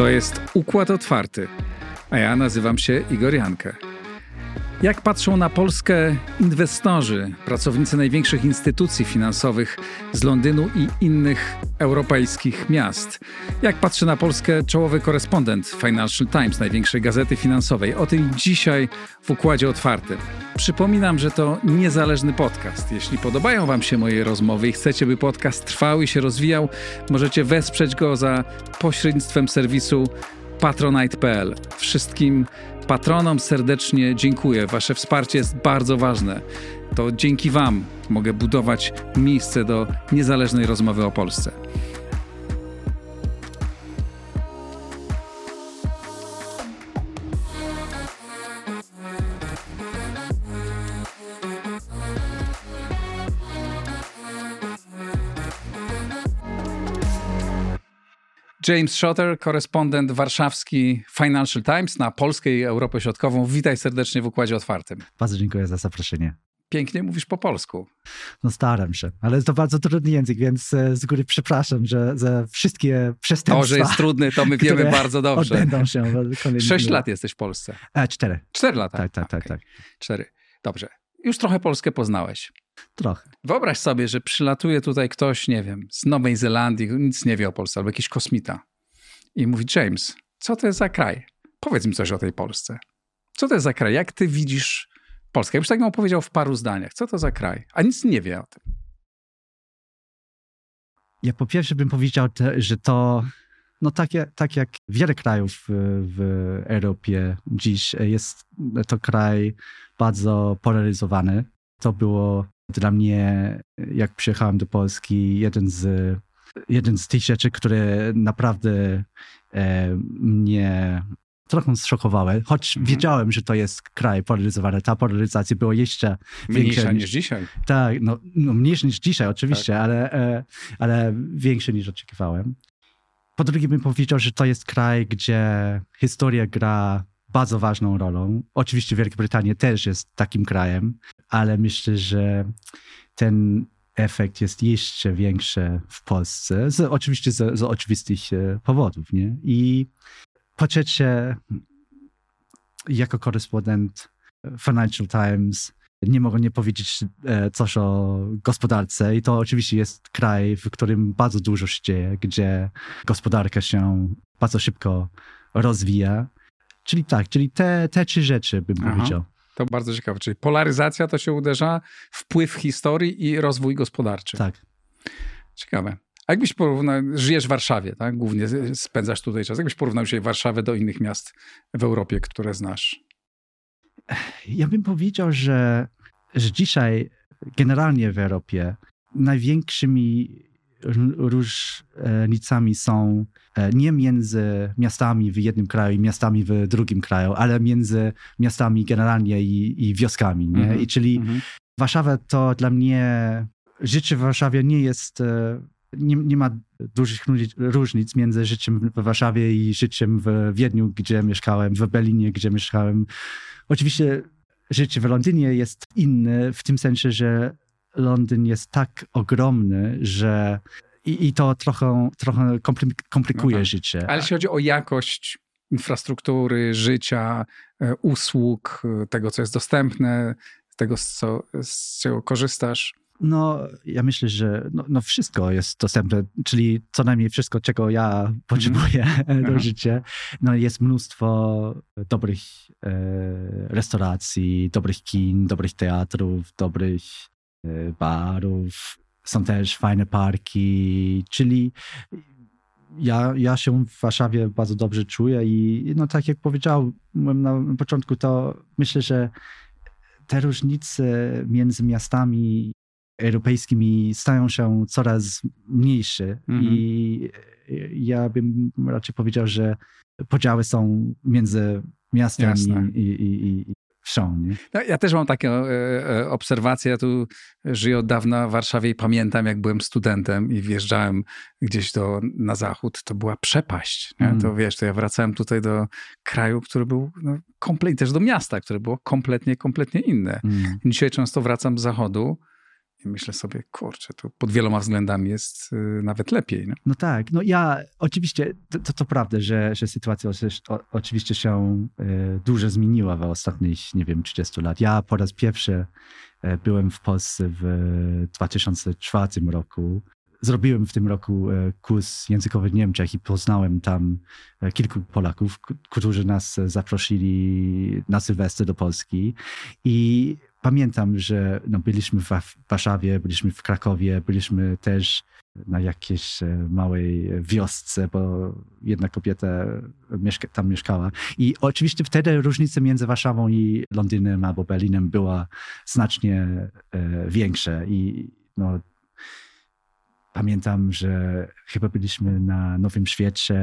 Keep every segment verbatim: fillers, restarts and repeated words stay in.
To jest Układ Otwarty, a ja nazywam się Igor Jankę. Jak patrzą na Polskę inwestorzy, pracownicy największych instytucji finansowych z Londynu i innych europejskich miast? Jak patrzy na Polskę czołowy korespondent Financial Times, największej gazety finansowej? O tym dzisiaj w Układzie Otwartym. Przypominam, że to niezależny podcast. Jeśli podobają wam się moje rozmowy i chcecie, by podcast trwał i się rozwijał, możecie wesprzeć go za pośrednictwem serwisu patronite kropka p l. Wszystkim patronom serdecznie dziękuję. Wasze wsparcie jest bardzo ważne. To dzięki wam mogę budować miejsce do niezależnej rozmowy o Polsce. James Shotter, korespondent warszawski Financial Times na Polskę i Europę Środkową. Witaj serdecznie w Układzie Otwartym. Bardzo dziękuję za zaproszenie. Pięknie mówisz po polsku. No staram się, ale to bardzo trudny język, więc z góry przepraszam, że za wszystkie przestępstwa... To, że jest trudny, to my wiemy bardzo dobrze. Odbędą się. Sześć lat jesteś w Polsce. A, cztery. Cztery lata? Tak, tak, tak, okay. tak. Cztery. Dobrze. Już trochę Polskę poznałeś. Trochę. Wyobraź sobie, że przylatuje tutaj ktoś, nie wiem, z Nowej Zelandii, nic nie wie o Polsce, albo jakiś kosmita. I mówi: James, co to jest za kraj? Powiedz mi coś o tej Polsce. Co to jest za kraj? Jak ty widzisz Polskę? Ja już tak ją opowiedział w paru zdaniach. Co to za kraj? A nic nie wie o tym. Ja po pierwsze bym powiedział, te, że to, no tak, jak, tak jak wiele krajów w, w Europie dziś, jest to kraj bardzo polaryzowany. To było dla mnie, jak przyjechałem do Polski, jeden z Jeden z tych rzeczy, które naprawdę e, mnie trochę zszokowały, choć mhm. wiedziałem, że to jest kraj polaryzowany. Ta polaryzacja była jeszcze mniejsza większa niż, niż dzisiaj. Tak, no, no mniejsza niż dzisiaj oczywiście, tak. ale, e, ale większa niż oczekiwałem. Po drugie bym powiedział, że to jest kraj, gdzie historia gra bardzo ważną rolą. Oczywiście Wielka Brytania też jest takim krajem, ale myślę, że ten efekt jest jeszcze większy w Polsce, z, oczywiście z, z oczywistych powodów, nie? I po trzecie, jako korespondent Financial Times nie mogę nie powiedzieć coś o gospodarce i to oczywiście jest kraj, w którym bardzo dużo się dzieje, gdzie gospodarka się bardzo szybko rozwija. Czyli tak, czyli te, te trzy rzeczy bym Aha. powiedział. To bardzo ciekawe. Czyli polaryzacja to się uderza, wpływ historii i rozwój gospodarczy. Tak. Ciekawe. A jakbyś porównał, żyjesz w Warszawie, tak? Głównie spędzasz tutaj czas. Jakbyś porównał się Warszawę do innych miast w Europie, które znasz? Ja bym powiedział, że, że dzisiaj generalnie w Europie największymi różnicami są nie między miastami w jednym kraju i miastami w drugim kraju, ale między miastami generalnie i, i wioskami. Nie? Mm-hmm. I czyli mm-hmm. Warszawa to dla mnie, życie w Warszawie nie jest, nie, nie ma dużych różnic między życiem w Warszawie i życiem w Wiedniu, gdzie mieszkałem, w Berlinie, gdzie mieszkałem. Oczywiście życie w Londynie jest inne w tym sensie, że Londyn jest tak ogromny, że i, i to trochę, trochę komplikuje no tak. życie. Ale jeśli chodzi o jakość infrastruktury, życia, usług, tego, co jest dostępne, tego, co, z czego korzystasz? No, ja myślę, że no, no wszystko jest dostępne, czyli co najmniej wszystko, czego ja potrzebuję mm. do Aha. życia. No, jest mnóstwo dobrych e, restauracji, dobrych kin, dobrych teatrów, dobrych barów, są też fajne parki, czyli ja, ja się w Warszawie bardzo dobrze czuję i no tak jak powiedziałem na początku, to myślę, że te różnice między miastami europejskimi stają się coraz mniejsze mm-hmm. i ja bym raczej powiedział, że podziały są między miastem i, i, i, i wsią, nie? No, ja też mam takie e, obserwacje. Ja tu żyję od dawna w Warszawie i pamiętam, jak byłem studentem i wjeżdżałem gdzieś do, na zachód, to była przepaść. Nie? Mm. To wiesz, to ja wracałem tutaj do kraju, który był no, kompletnie, też do miasta, które było kompletnie, kompletnie inne. Mm. Dzisiaj często wracam z zachodu I myślę sobie, kurczę, to pod wieloma względami jest y, nawet lepiej. No, no tak, no ja oczywiście, to, to, to prawda, że, że sytuacja o, oczywiście się y, dużo zmieniła w ostatnich, nie wiem, trzydziestu lat. Ja po raz pierwszy y, byłem w Polsce w dwa tysiące czwartym roku. Zrobiłem w tym roku kurs językowy w Niemczech i poznałem tam kilku Polaków, którzy nas zaprosili na Sylwester do Polski. I pamiętam, że no, byliśmy w Warszawie, byliśmy w Krakowie, byliśmy też na jakiejś małej wiosce, bo jedna kobieta mieszka, tam mieszkała. I oczywiście wtedy różnica między Warszawą i Londynem albo Berlinem była znacznie e, większa. I no, pamiętam, że chyba byliśmy na Nowym Świecie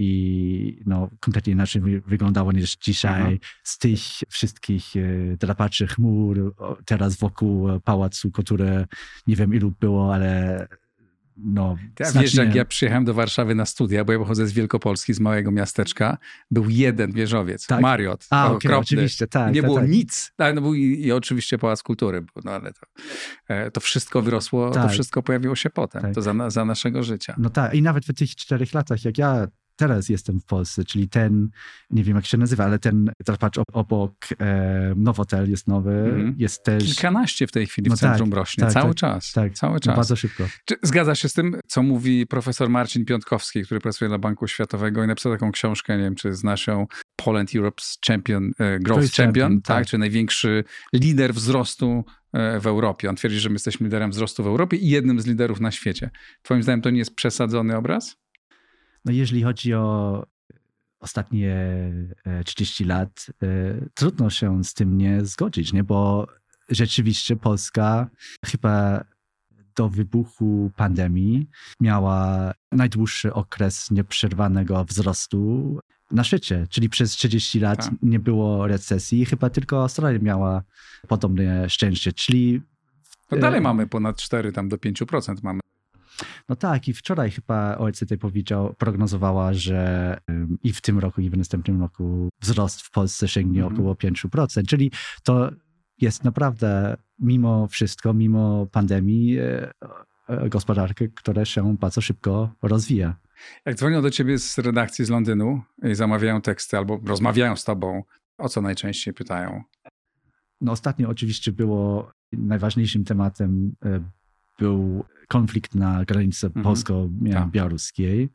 i no, kompletnie inaczej wyglądało niż dzisiaj. Aha. Z tych wszystkich drapaczy chmur teraz wokół pałacu, które nie wiem ilu było, ale no... Ja znacznie... Wiesz, jak ja przyjechałem do Warszawy na studia, bo ja pochodzę z Wielkopolski, z małego miasteczka, był jeden wieżowiec, tak? Mariot. A, okay, oczywiście, tak. Nie tak, było tak. nic. No, był i, i oczywiście Pałac Kultury, był, no ale to, to wszystko wyrosło, tak. to wszystko pojawiło się potem, tak. to za, za naszego życia. No tak, i nawet w tych czterech latach, jak ja teraz jestem w Polsce, czyli ten, nie wiem jak się nazywa, ale ten drapacz obok e, Nowotel jest nowy, mm. jest też... Kilkanaście w tej chwili no w centrum tak, rośnie, tak, cały tak, czas. Tak, cały czas. No bardzo szybko. Czy zgadza się z tym, co mówi profesor Marcin Piątkowski, który pracuje dla Banku Światowego i napisał taką książkę, nie wiem, czy znasz ją, Poland Europe's Champion, e, Growth Champion, champion tak, tak, czy największy lider wzrostu w Europie. On twierdzi, że my jesteśmy liderem wzrostu w Europie i jednym z liderów na świecie. Twoim zdaniem to nie jest przesadzony obraz? No jeżeli chodzi o ostatnie trzydzieści lat, trudno się z tym nie zgodzić, nie? Bo rzeczywiście Polska chyba do wybuchu pandemii miała najdłuższy okres nieprzerwanego wzrostu na świecie, czyli przez trzydzieści lat tak. nie było recesji. Chyba tylko Australia miała podobne szczęście, czyli... To dalej mamy ponad cztery tam do pięciu procent mamy. No tak, i wczoraj chyba O E C D powiedział, prognozowała, że um, i w tym roku, i w następnym roku wzrost w Polsce sięgnie mm. około pięć procent, czyli to jest naprawdę mimo wszystko, mimo pandemii e, e, gospodarka, która się bardzo szybko rozwija. Jak dzwonią do ciebie z redakcji z Londynu i zamawiają teksty albo rozmawiają z tobą, o co najczęściej pytają? No ostatnio oczywiście było najważniejszym tematem e, był konflikt na granicy mhm. polsko-białoruskiej,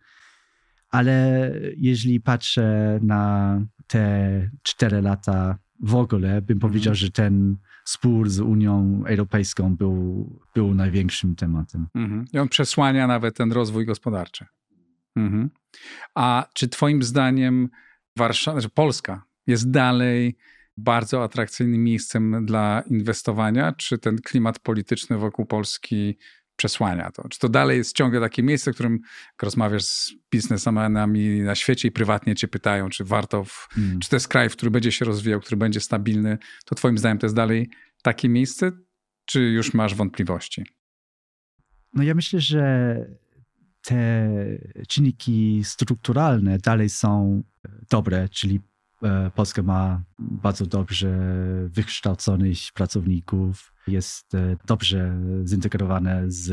ale jeżeli patrzę na te cztery lata w ogóle, bym mhm. powiedział, że ten spór z Unią Europejską był, był największym tematem. Mhm. I on przesłania nawet ten rozwój gospodarczy. Mhm. A czy twoim zdaniem Warszawa, że Polska jest dalej bardzo atrakcyjnym miejscem dla inwestowania, czy ten klimat polityczny wokół Polski przesłania to? Czy to dalej jest ciągle takie miejsce, w którym jak rozmawiasz z biznesmenami na świecie i prywatnie cię pytają, czy warto, w, hmm. czy to jest kraj, w który będzie się rozwijał, który będzie stabilny, to twoim zdaniem to jest dalej takie miejsce, czy już masz wątpliwości? No ja myślę, że te czynniki strukturalne dalej są dobre, czyli Polska ma bardzo dobrze wykształconych pracowników, jest dobrze zintegrowane z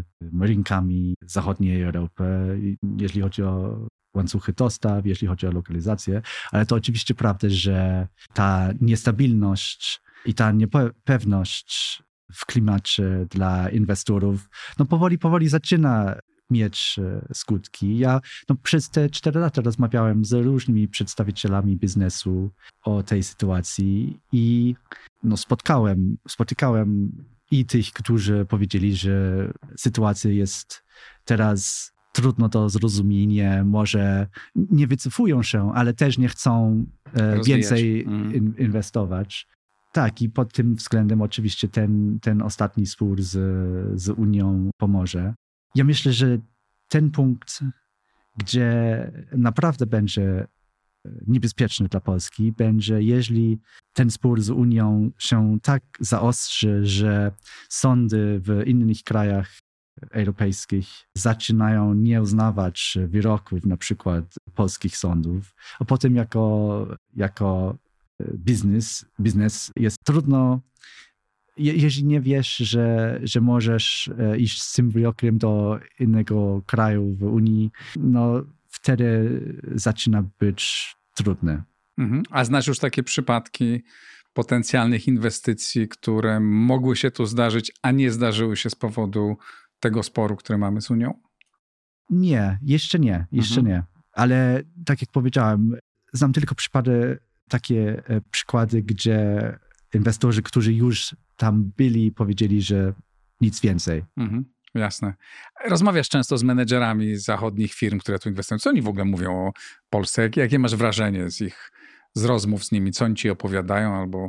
rynkami zachodniej Europy, jeśli chodzi o łańcuchy dostaw, jeśli chodzi o lokalizację, ale to oczywiście prawda, że ta niestabilność i ta niepewność w klimacie dla inwestorów, no powoli, powoli zaczyna mieć skutki. Ja no, przez te cztery lata rozmawiałem z różnymi przedstawicielami biznesu o tej sytuacji i no, spotkałem, spotykałem i tych, którzy powiedzieli, że sytuacja jest teraz trudno do zrozumienia, może nie wycofują się, ale też nie chcą e, więcej mm. in, inwestować. Tak, i pod tym względem oczywiście ten, ten ostatni spór z, z Unią pomoże. Ja myślę, że ten punkt, gdzie naprawdę będzie niebezpieczny dla Polski, będzie, jeżeli ten spór z Unią się tak zaostrzy, że sądy w innych krajach europejskich zaczynają nie uznawać wyroków, na przykład polskich sądów, a potem jako, jako biznes, biznes jest trudno je, jeśli nie wiesz, że, że możesz e, iść z tym wyrokiem do innego kraju w Unii, no wtedy zaczyna być trudne. Mhm. A znasz już takie przypadki potencjalnych inwestycji, które mogły się tu zdarzyć, a nie zdarzyły się z powodu tego sporu, który mamy z Unią? Nie, jeszcze nie, jeszcze mhm. nie. Ale tak jak powiedziałem, znam tylko przypady, takie e, przykłady, gdzie inwestorzy, którzy już tam byli, powiedzieli, że nic więcej. Mhm. Jasne. Rozmawiasz często z menedżerami zachodnich firm, które tu inwestują. Co oni w ogóle mówią o Polsce? Jak, jakie masz wrażenie z ich, z rozmów z nimi? Co oni ci opowiadają albo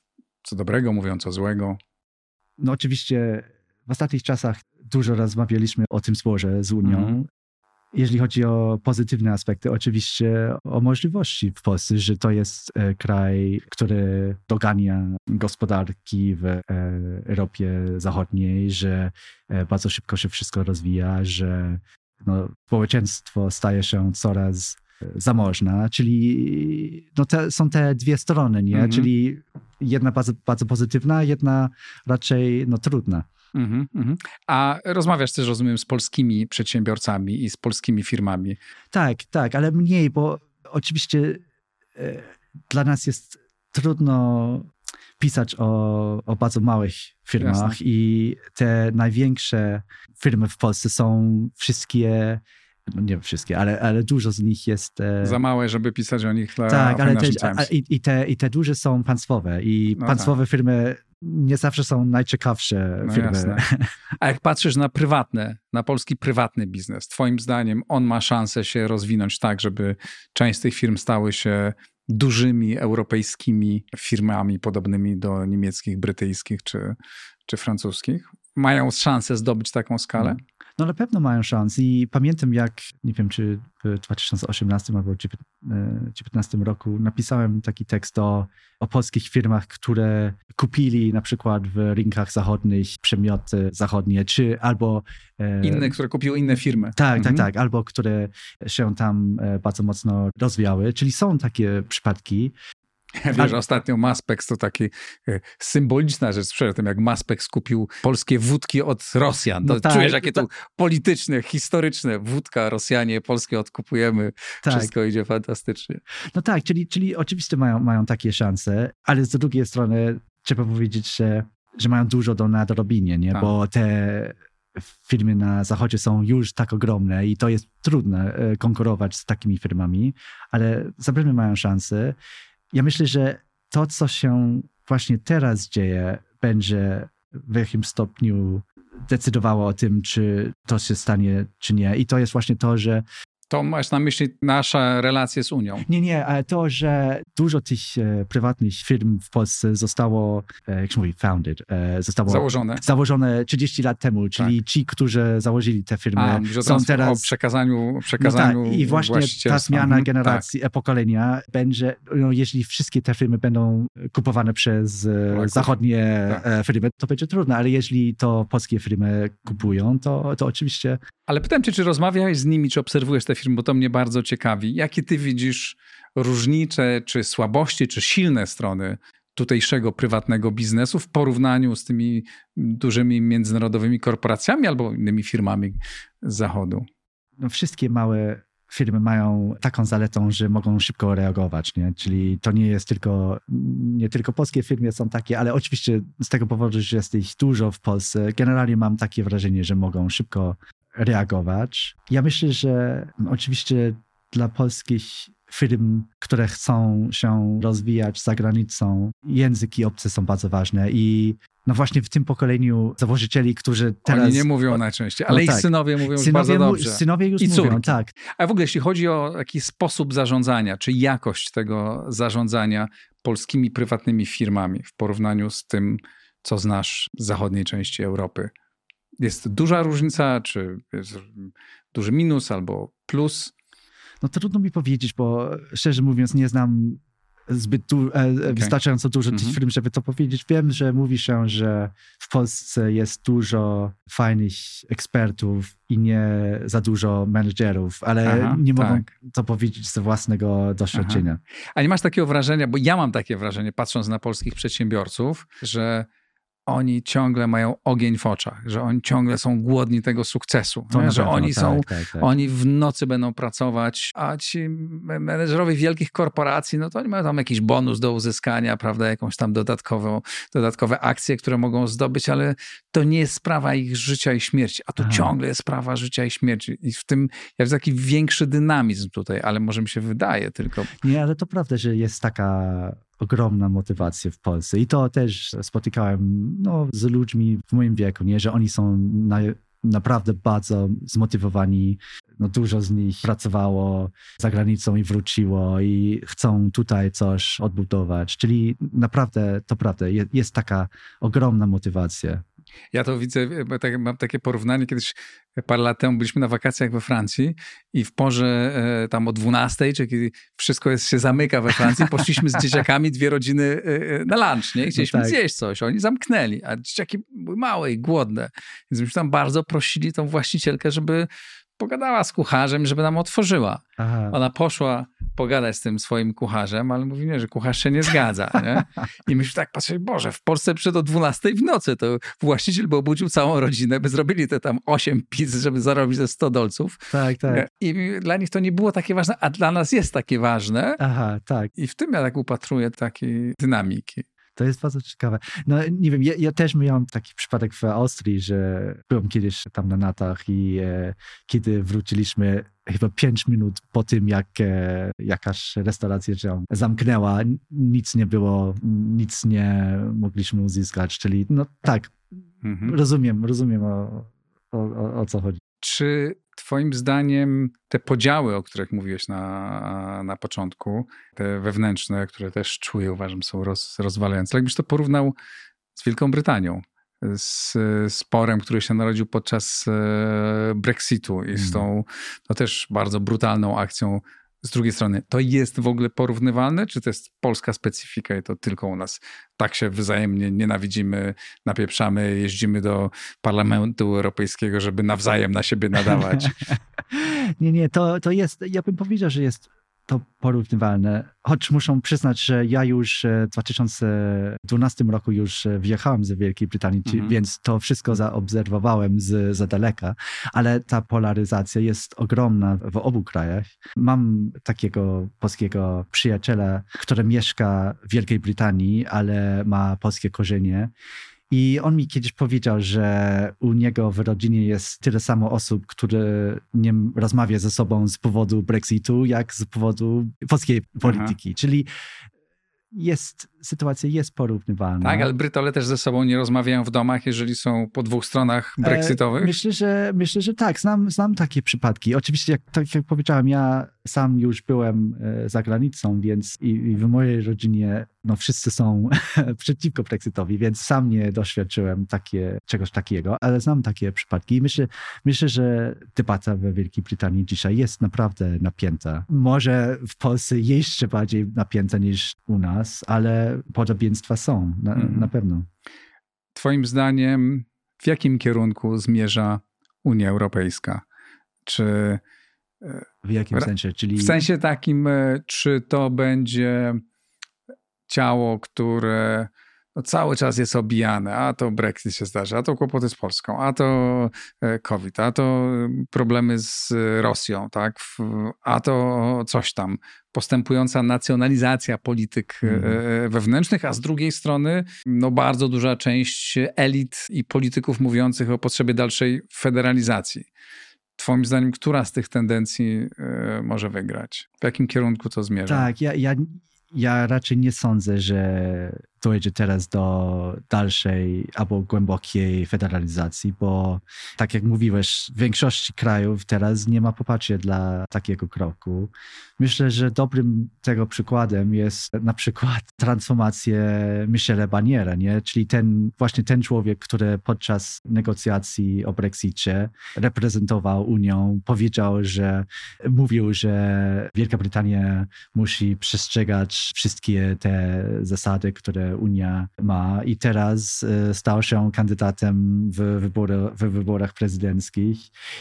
co dobrego mówią, co złego? No oczywiście w ostatnich czasach dużo rozmawialiśmy o tym sporze z Unią. Mhm. Jeżeli chodzi o pozytywne aspekty, oczywiście o możliwości w Polsce, że to jest e, kraj, który dogania gospodarki w e, Europie Zachodniej, że e, bardzo szybko się wszystko rozwija, że no, społeczeństwo staje się coraz zamożne, czyli no te, są te dwie strony, nie? Mhm. Czyli jedna bardzo, bardzo pozytywna, jedna raczej no, trudna. Mm-hmm, mm-hmm. A rozmawiasz też, rozumiem, z polskimi przedsiębiorcami i z polskimi firmami. Tak, tak, ale mniej, bo oczywiście e, dla nas jest trudno pisać o, o bardzo małych firmach. Jasne. I te największe firmy w Polsce są wszystkie, no nie wszystkie, ale, ale dużo z nich jest... E... Za małe, żeby pisać o nich dla Tak, ale te, a, i, i, te, i te duże są państwowe i no państwowe tak. firmy nie zawsze są najciekawsze no firmy. Jasne. A jak patrzysz na prywatne, na polski prywatny biznes, twoim zdaniem on ma szansę się rozwinąć tak, żeby część z tych firm stały się dużymi europejskimi firmami podobnymi do niemieckich, brytyjskich czy, czy francuskich? Mają szansę zdobyć taką skalę? No. No na pewno mają szansę i pamiętam jak, nie wiem czy w dwa tysiące osiemnastym albo dwa tysiące dziewiętnastym roku napisałem taki tekst o, o polskich firmach, które kupili na przykład w rynkach zachodnich przedmioty zachodnie, czy albo... Inne, które kupiły inne firmy. Tak, mhm. tak, tak, albo które się tam bardzo mocno rozwijały, czyli są takie przypadki. Wiesz, A... ostatnio Maspex to taka symboliczna rzecz, przed tym jak Maspex kupił polskie wódki od Rosjan. To no tak, czujesz, jakie to... to polityczne, historyczne. Wódka, Rosjanie, polskie odkupujemy. Tak. Wszystko idzie fantastycznie. No tak, czyli, czyli oczywiście mają, mają takie szanse, ale z drugiej strony trzeba powiedzieć, że, że mają dużo do nadrobienia, nie? Bo te firmy na zachodzie są już tak ogromne i to jest trudne konkurować z takimi firmami, ale zapewne mają szansę. Ja myślę, że to, co się właśnie teraz dzieje, będzie w jakimś stopniu decydowało o tym, czy to się stanie, czy nie. I to jest właśnie to, że... To masz na myśli nasze relacje z Unią? Nie, nie, ale to, że dużo tych e, prywatnych firm w Polsce zostało, e, jak się mówi, founded, e, zostało założone. założone trzydzieści lat temu, czyli tak. ci, którzy założyli te firmy, A, są teraz... o przekazaniu, przekazaniu no tak, i właśnie ta zmiana mhm, generacji, tak. pokolenia będzie, no, jeśli wszystkie te firmy będą kupowane przez Polaków. zachodnie tak. firmy, to będzie trudne, ale jeśli to polskie firmy kupują, to, to oczywiście... Ale pytam cię, czy rozmawiałeś z nimi, czy obserwujesz te firmy, bo to mnie bardzo ciekawi. Jakie ty widzisz różnice, czy słabości, czy silne strony tutejszego prywatnego biznesu w porównaniu z tymi dużymi międzynarodowymi korporacjami albo innymi firmami z zachodu? No, wszystkie małe firmy mają taką zaletą, że mogą szybko reagować, nie? Czyli to nie jest tylko, nie tylko polskie firmy są takie, ale oczywiście z tego powodu, że jest ich dużo w Polsce, generalnie mam takie wrażenie, że mogą szybko reagować. Ja myślę, że oczywiście dla polskich firm, które chcą się rozwijać za granicą, języki obce są bardzo ważne i no właśnie w tym pokoleniu założycieli, którzy teraz... Oni nie mówią najczęściej, ale no ich tak. synowie mówią synowie już bardzo dobrze. Synowie już I mówią, córki. tak. A w ogóle jeśli chodzi o jakiś sposób zarządzania, czy jakość tego zarządzania polskimi prywatnymi firmami w porównaniu z tym, co znasz z zachodniej części Europy, jest duża różnica, czy jest duży minus albo plus? No trudno mi powiedzieć, bo szczerze mówiąc nie znam zbyt du- e, okay. wystarczająco dużo mm-hmm. tych firm, żeby to powiedzieć. Wiem, że mówi się, że w Polsce jest dużo fajnych ekspertów i nie za dużo menedżerów, ale Aha, nie mogę tak. to powiedzieć ze własnego doświadczenia. Aha. A nie masz takiego wrażenia, bo ja mam takie wrażenie, patrząc na polskich przedsiębiorców, że oni ciągle mają ogień w oczach, że oni ciągle są głodni tego sukcesu, To na że pewno, oni tak, są, tak, tak. oni w nocy będą pracować, a ci menedżerowie wielkich korporacji, no to oni mają tam jakiś bonus do uzyskania, prawda, jakąś tam dodatkową, dodatkowe akcje, które mogą zdobyć, ale to nie jest sprawa ich życia i śmierci, a tu Aha. ciągle jest sprawa życia i śmierci i w tym jest taki większy dynamizm tutaj, ale może mi się wydaje tylko. Nie, ale to prawda, że jest taka ogromna motywacja w Polsce i to też spotykałem no, z ludźmi w moim wieku, nie, że oni są na, naprawdę bardzo zmotywowani. No, dużo z nich pracowało za granicą i wróciło i chcą tutaj coś odbudować. Czyli naprawdę, to prawda, jest, jest taka ogromna motywacja. Ja to widzę, tak, mam takie porównanie, kiedyś parę lat temu byliśmy na wakacjach we Francji i w porze e, tam o dwunastej, czy kiedy wszystko jest, się zamyka we Francji, poszliśmy z dzieciakami, dwie rodziny e, na lunch, nie? Chcieliśmy no tak. zjeść coś, oni zamknęli, a dzieciaki były małe i głodne. Więc myśmy tam bardzo prosili tą właścicielkę, żeby pogadała z kucharzem, żeby nam otworzyła. Aha. Ona poszła pogadać z tym swoim kucharzem, ale mówi, nie, że kucharz się nie zgadza. Nie? I myśmy tak patrzyli, Boże, w Polsce przed o dwunastej w nocy to właściciel by obudził całą rodzinę, by zrobili te tam osiem pizz, żeby zarobić ze sto dolców. Tak, tak. I dla nich to nie było takie ważne, a dla nas jest takie ważne. Aha, tak. I w tym ja tak upatruję takiej dynamiki. To jest bardzo ciekawe. No nie wiem, ja, ja też miałem taki przypadek w Austrii, że byłem kiedyś tam na natach i e, kiedy wróciliśmy chyba pięć minut po tym, jak e, jakaś restauracja się zamknęła, nic nie było, nic nie mogliśmy uzyskać, czyli no tak, mhm. rozumiem, rozumiem o, o, o co chodzi. Czy twoim zdaniem te podziały, o których mówiłeś na, na początku, te wewnętrzne, które też czuję, uważam, są roz, rozwalające, jakbyś to porównał z Wielką Brytanią, z sporem, który się narodził podczas Brexitu i z tą no też bardzo brutalną akcją z drugiej strony, to jest w ogóle porównywalne, czy to jest polska specyfika i to tylko u nas tak się wzajemnie nienawidzimy, napieprzamy, jeździmy do Parlamentu Europejskiego, żeby nawzajem na siebie nadawać? nie, nie, to, to jest, ja bym powiedział, że jest to porównywalne, choć muszę przyznać, że ja już w dwa tysiące dwunastym roku już wyjechałem z Wielkiej Brytanii, mhm. więc to wszystko zaobserwowałem z, za daleka, ale ta polaryzacja jest ogromna w obu krajach. Mam takiego polskiego przyjaciela, który mieszka w Wielkiej Brytanii, ale ma polskie korzenie. I on mi kiedyś powiedział, że u niego w rodzinie jest tyle samo osób, które nie rozmawia ze sobą z powodu Brexitu, jak z powodu polskiej polityki. Aha. Czyli jest, sytuacja jest porównywalna. Tak, ale Brytole też ze sobą nie rozmawiają w domach, jeżeli są po dwóch stronach brexitowych? E, myślę, że, myślę, że tak. Znam, znam takie przypadki. Oczywiście, jak, tak jak powiedziałem, ja sam już byłem za granicą, więc i, i w mojej rodzinie no, wszyscy są przeciwko Brexitowi, więc sam nie doświadczyłem takie, czegoś takiego, ale znam takie przypadki i myślę, myślę, że debata w Wielkiej Brytanii dzisiaj jest naprawdę napięta. Może w Polsce jeszcze bardziej napięta niż u nas, ale podobieństwa są, na, mm. na pewno. Twoim zdaniem, w jakim kierunku zmierza Unia Europejska? Czy w jakim sensie? Czyli... W sensie takim, czy to będzie ciało, które no cały czas jest obijane, a to Brexit się zdarzy, a to kłopoty z Polską, a to COVID, a to problemy z Rosją, tak? A to coś tam. Postępująca nacjonalizacja polityk mm. wewnętrznych, a z drugiej strony no bardzo duża część elit i polityków mówiących o potrzebie dalszej federalizacji. Twoim zdaniem, która z tych tendencji y, może wygrać? W jakim kierunku to zmierza? Tak, ja, ja, ja raczej nie sądzę, że dojdzie teraz do dalszej albo głębokiej federalizacji, bo tak jak mówiłeś, w większości krajów teraz nie ma poparcia dla takiego kroku. Myślę, że dobrym tego przykładem jest na przykład transformacja Michela Barniera, nie? Czyli ten, właśnie ten człowiek, który podczas negocjacji o Brexicie reprezentował Unię, powiedział, że mówił, że Wielka Brytania musi przestrzegać wszystkie te zasady, które Unia ma i teraz stał się kandydatem w, wybory, w wyborach prezydenckich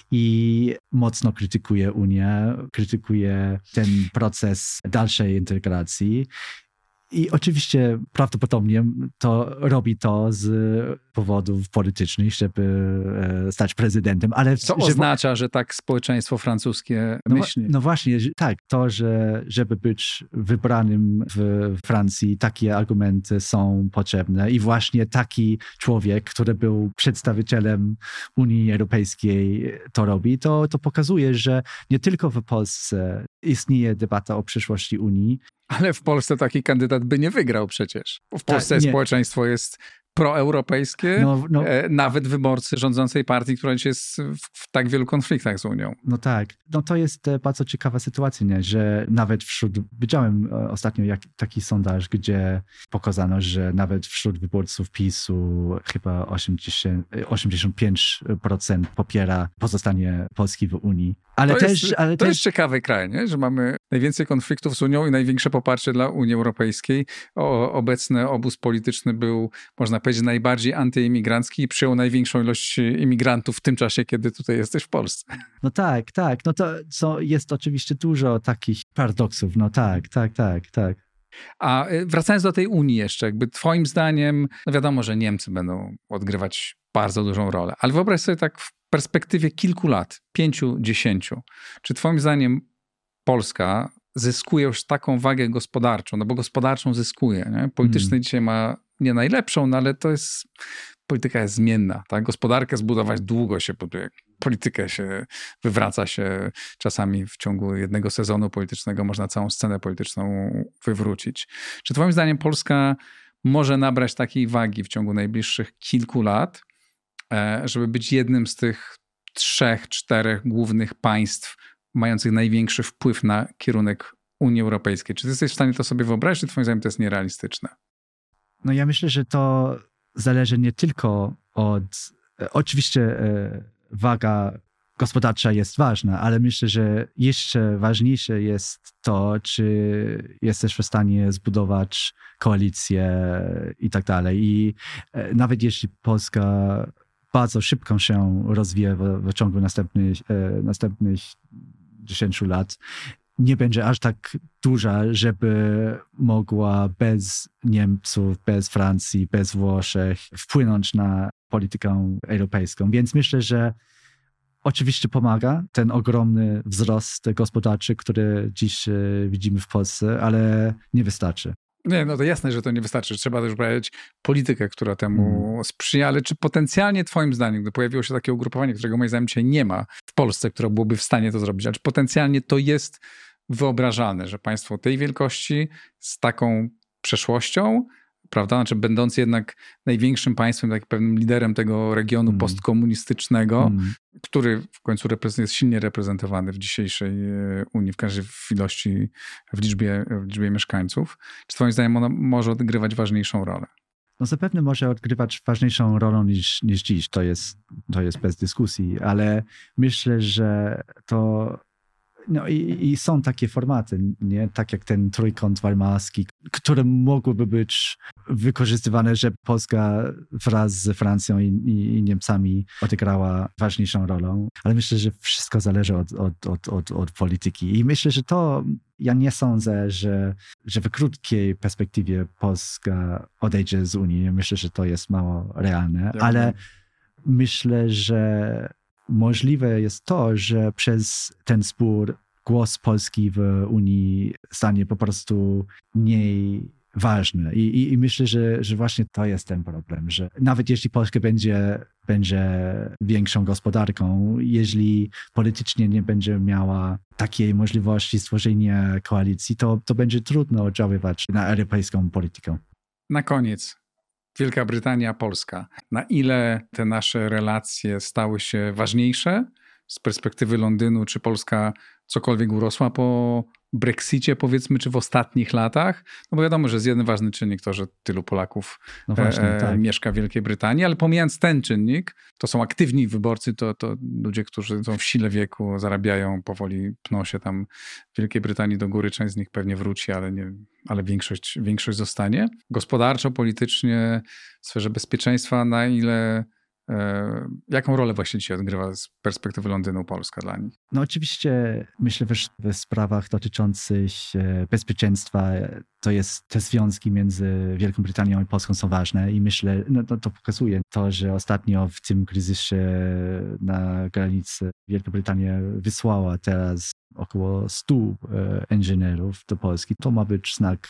i mocno krytykuje Unię, krytykuje ten proces dalszej integracji. I oczywiście prawdopodobnie to robi to z powodów politycznych, żeby stać prezydentem, ale... Co żeby... oznacza, że tak społeczeństwo francuskie no, myśli? No właśnie, tak. To, że żeby być wybranym w Francji, takie argumenty są potrzebne i właśnie taki człowiek, który był przedstawicielem Unii Europejskiej, to robi, to, to pokazuje, że nie tylko w Polsce istnieje debata o przyszłości Unii. Ale w Polsce taki kandydat by nie wygrał przecież. W Polsce tak, społeczeństwo jest proeuropejskie, no, no, e, nawet wyborcy rządzącej partii, która dzisiaj jest w, w tak wielu konfliktach z Unią. No tak. No to jest bardzo ciekawa sytuacja, nie? Że nawet wśród, widziałem ostatnio jak, taki sondaż, gdzie pokazano, że nawet wśród wyborców PiSu chyba osiemdziesiąt, osiemdziesiąt pięć procent popiera pozostanie Polski w Unii. Ale to też, jest, ale to też... jest ciekawy kraj, nie? Że mamy najwięcej konfliktów z Unią i największe poparcie dla Unii Europejskiej. O, obecny obóz polityczny był, można powiedzieć, najbardziej antyimigrancki i przyjął największą ilość imigrantów w tym czasie, kiedy tutaj jesteś w Polsce. No tak, tak. No to co jest oczywiście dużo takich paradoksów. No tak, tak, tak, tak. A wracając do tej Unii jeszcze, jakby twoim zdaniem, no wiadomo, że Niemcy będą odgrywać bardzo dużą rolę, ale wyobraź sobie tak w perspektywie kilku lat, pięciu, dziesięciu, czy twoim zdaniem Polska zyskuje już taką wagę gospodarczą, no bo gospodarczą zyskuje, nie? Politycznej hmm. dzisiaj ma nie najlepszą, no ale to jest, polityka jest zmienna, tak? Gospodarkę zbudować długo się buduje, politykę się wywraca się czasami w ciągu jednego sezonu politycznego, można całą scenę polityczną wywrócić. Czy twoim zdaniem Polska może nabrać takiej wagi w ciągu najbliższych kilku lat, żeby być jednym z tych trzech, czterech głównych państw mających największy wpływ na kierunek Unii Europejskiej? Czy ty jesteś w stanie to sobie wyobrazić, czy twoim zdaniem to jest nierealistyczne? No ja myślę, że to zależy nie tylko od... Oczywiście e, waga gospodarcza jest ważna, ale myślę, że jeszcze ważniejsze jest to, czy jesteś w stanie zbudować koalicję i tak dalej. I e, nawet jeśli Polska bardzo szybko się rozwija w, w ciągu następnych, e, następnych dziesięciu lat, nie będzie aż tak duża, żeby mogła bez Niemców, bez Francji, bez Włoszech wpłynąć na politykę europejską. Więc myślę, że oczywiście pomaga ten ogromny wzrost gospodarczy, który dziś widzimy w Polsce, ale nie wystarczy. Nie, no to jasne, że to nie wystarczy. Trzeba też brać politykę, która temu hmm. sprzyja, ale czy potencjalnie twoim zdaniem, gdy pojawiło się takie ugrupowanie, którego moim zdaniem dzisiaj nie ma w Polsce, które byłoby w stanie to zrobić, ale czy potencjalnie to jest wyobrażalne, że państwo tej wielkości z taką przeszłością, prawda, znaczy będąc jednak największym państwem, tak pewnym liderem tego regionu hmm. postkomunistycznego, hmm. który w końcu jest silnie reprezentowany w dzisiejszej Unii, w każdej w ilości, w liczbie, w liczbie mieszkańców. Czy twoim zdaniem ona może odgrywać ważniejszą rolę? No zapewne może odgrywać ważniejszą rolę niż, niż dziś, to jest, to jest bez dyskusji, ale myślę, że to No i, i są takie formaty, nie? Tak jak ten trójkąt weimarski, które mogłyby być wykorzystywane, że Polska wraz z Francją i, i, i Niemcami odegrała ważniejszą rolę. Ale myślę, że wszystko zależy od, od, od, od, od polityki. I myślę, że to, ja nie sądzę, że, że w krótkiej perspektywie Polska odejdzie z Unii. Myślę, że to jest mało realne, ja ale wiem. Myślę, że możliwe jest to, że przez ten spór głos Polski w Unii stanie po prostu mniej ważny. I, i, i myślę, że, że właśnie to jest ten problem, że nawet jeśli Polska będzie, będzie większą gospodarką, jeśli politycznie nie będzie miała takiej możliwości stworzenia koalicji, to, to będzie trudno oddziaływać na europejską politykę. Na koniec. Wielka Brytania, Polska. Na ile te nasze relacje stały się ważniejsze z perspektywy Londynu? Czy Polska cokolwiek urosła po Brexicie, powiedzmy, czy w ostatnich latach? No bo wiadomo, że jest jeden ważny czynnik to, że tylu Polaków no właśnie, e, tak. mieszka w Wielkiej Brytanii, ale pomijając ten czynnik, to są aktywni wyborcy, to, to ludzie, którzy są w sile wieku, zarabiają, powoli pną się tam w Wielkiej Brytanii do góry. Część z nich pewnie wróci, ale, nie, ale większość, większość zostanie. Gospodarczo, politycznie, w sferze bezpieczeństwa, na ile Jaką rolę właśnie dzisiaj odgrywa z perspektywy Londynu Polska dla nich? No oczywiście myślę, że w sprawach dotyczących bezpieczeństwa to jest, te związki między Wielką Brytanią i Polską są ważne i myślę, no to, to pokazuje to, że ostatnio w tym kryzysie na granicy Wielka Brytania wysłała teraz około stu inżynierów do Polski. To ma być znak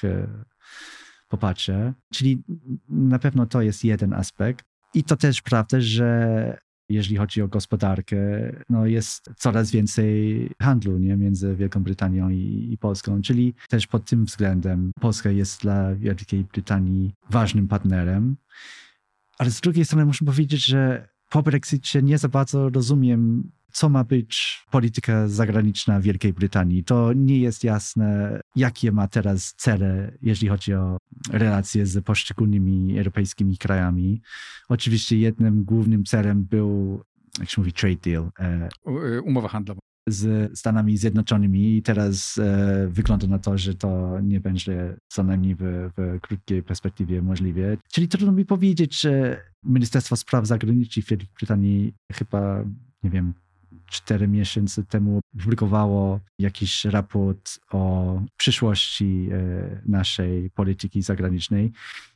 poparcia. Czyli na pewno to jest jeden aspekt. I to też prawda, że jeżeli chodzi o gospodarkę, no jest coraz więcej handlu, nie, między Wielką Brytanią i, i Polską. Czyli też pod tym względem Polska jest dla Wielkiej Brytanii ważnym partnerem. Ale z drugiej strony muszę powiedzieć, że po Brexicie nie za bardzo rozumiem, co ma być polityka zagraniczna Wielkiej Brytanii. To nie jest jasne, jakie ma teraz cele, jeśli chodzi o relacje z poszczególnymi europejskimi krajami. Oczywiście jednym głównym celem był, jak się mówi, trade deal. Umowa handlowa. Z Stanami Zjednoczonymi i teraz e, wygląda na to, że to nie będzie co najmniej w, w krótkiej perspektywie możliwe. Czyli trudno mi powiedzieć, że Ministerstwo Spraw Zagranicznych Wielkiej Brytanii chyba, nie wiem, cztery miesiące temu publikowało jakiś raport o przyszłości e, naszej polityki zagranicznej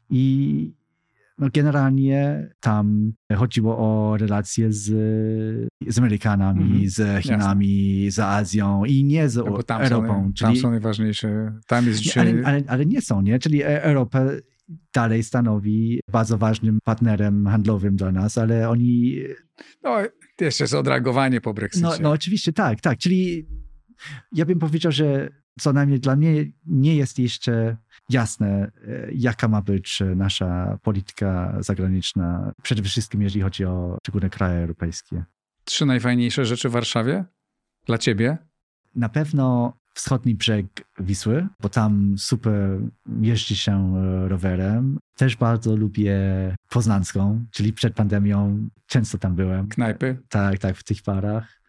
i no generalnie tam chodziło o relacje z, z Amerykanami, mm-hmm. z Chinami, Jasne. z Azją i nie z no, tam Europą. Są, czyli... Tam są najważniejsze, tam jest dzisiaj... ale, ale, ale nie są, nie? Czyli Europa dalej stanowi bardzo ważnym partnerem handlowym dla nas, ale oni... No, jeszcze jest odreagowanie po Brexicie. No, no oczywiście tak, tak. Czyli ja bym powiedział, że co najmniej dla mnie nie jest jeszcze jasne, jaka ma być nasza polityka zagraniczna, przede wszystkim jeżeli chodzi o szczególne kraje europejskie. Trzy najfajniejsze rzeczy w Warszawie dla ciebie? Na pewno wschodni brzeg Wisły, bo tam super jeździ się rowerem. Też bardzo lubię Poznańską, czyli przed pandemią często tam byłem. Knajpy? Tak, tak, w tych parach.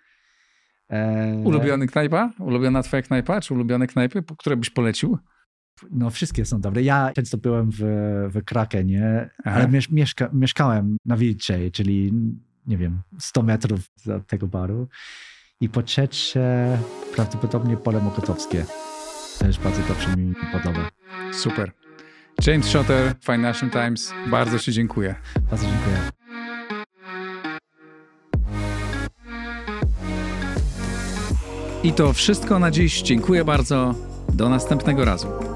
E... Ulubiony knajpa? Ulubiona twoja knajpa? Czy ulubione knajpy, które byś polecił? No wszystkie są dobre. Ja często byłem w, w Krakenie, Aha. ale miesz, mieszka, mieszkałem na Wilczej, czyli nie wiem, sto metrów od tego baru. I po trzecie prawdopodobnie Pole Mokotowskie. Też bardzo dobrze mi podoba. Super. James Shotter, Financial Times, bardzo ci dziękuję. Bardzo dziękuję. I to wszystko na dziś. Dziękuję bardzo. Do następnego razu.